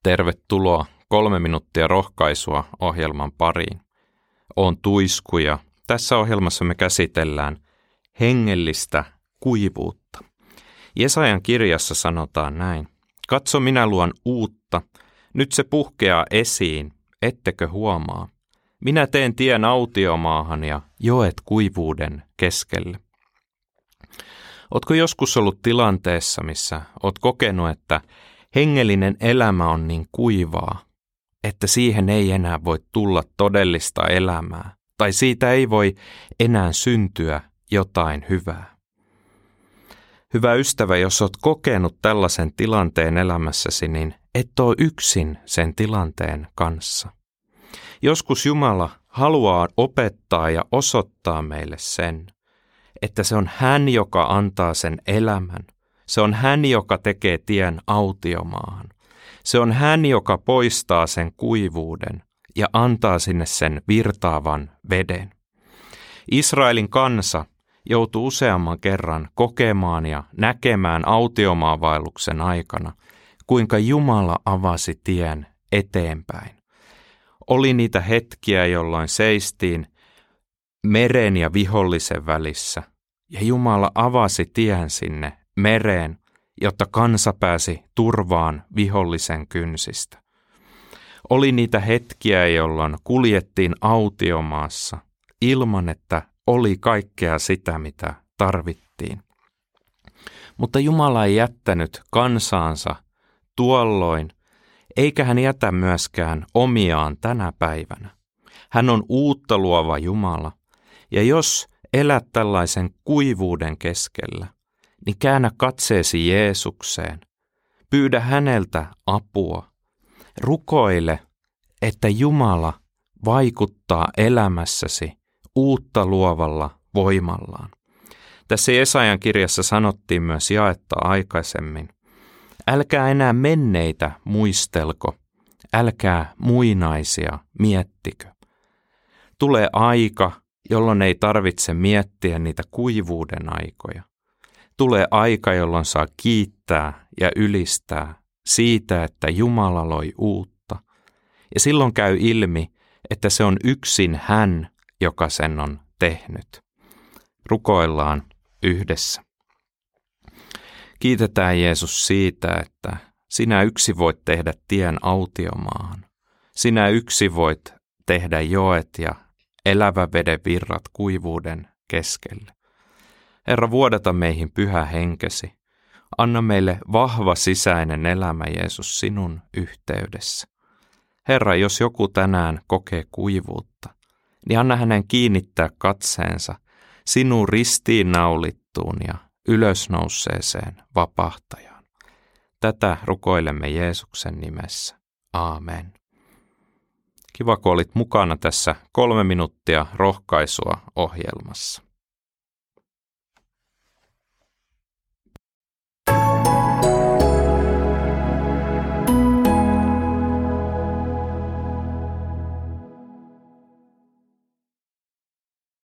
Tervetuloa 3 minuuttia rohkaisua ohjelman pariin. Oon Tuisku ja tässä ohjelmassa me käsitellään hengellistä kuivuutta. Jesajan kirjassa sanotaan näin: Katso, minä luon uutta, nyt se puhkeaa esiin, ettekö huomaa? Minä teen tien autiomaahan ja joet kuivuuden keskelle. Ootko joskus ollut tilanteessa, missä oot kokenut, että hengellinen elämä on niin kuivaa, että siihen ei enää voi tulla todellista elämää, tai siitä ei voi enää syntyä jotain hyvää? Hyvä ystävä, jos oot kokenut tällaisen tilanteen elämässäsi, niin et ole yksin sen tilanteen kanssa. Joskus Jumala haluaa opettaa ja osoittaa meille sen, että se on hän, joka antaa sen elämän. Se on hän, joka tekee tien autiomaahan. Se on hän, joka poistaa sen kuivuuden ja antaa sinne sen virtaavan veden. Israelin kansa joutui useamman kerran kokemaan ja näkemään autiomaavaelluksen aikana, kuinka Jumala avasi tien eteenpäin. Oli niitä hetkiä, jolloin seistiin meren ja vihollisen välissä, ja Jumala avasi tien sinne mereen, jotta kansa pääsi turvaan vihollisen kynsistä. Oli niitä hetkiä, jolloin kuljettiin autiomaassa ilman, että oli kaikkea sitä, mitä tarvittiin. Mutta Jumala ei jättänyt kansaansa tuolloin, eikä hän jätä myöskään omiaan tänä päivänä. Hän on uutta luova Jumala, ja jos elät tällaisen kuivuuden keskellä, niin käännä katseesi Jeesukseen. Pyydä häneltä apua. Rukoile, että Jumala vaikuttaa elämässäsi uutta luovalla voimallaan. Tässä Jesajan kirjassa sanottiin myös jaetta aikaisemmin: älkää enää menneitä muistelko, älkää muinaisia miettikö. Tulee aika, jolloin ei tarvitse miettiä niitä kuivuuden aikoja. Tulee aika, jolloin saa kiittää ja ylistää siitä, että Jumala loi uutta. Ja silloin käy ilmi, että se on yksin hän, joka sen on tehnyt. Rukoillaan yhdessä. Kiitetään Jeesus siitä, että sinä yksi voit tehdä tien autiomaahan. Sinä yksi voit tehdä joet ja elävä veden virrat kuivuuden keskelle. Herra, vuodata meihin pyhä henkesi. Anna meille vahva sisäinen elämä, Jeesus, sinun yhteydessä. Herra, jos joku tänään kokee kuivuutta, niin anna hänen kiinnittää katseensa sinun ristiinnaulittuun ja ylösnouseeseen vapahtajaan. Tätä rukoilemme Jeesuksen nimessä. Aamen. Kiva, kun olit mukana tässä 3 minuuttia rohkaisua ohjelmassa.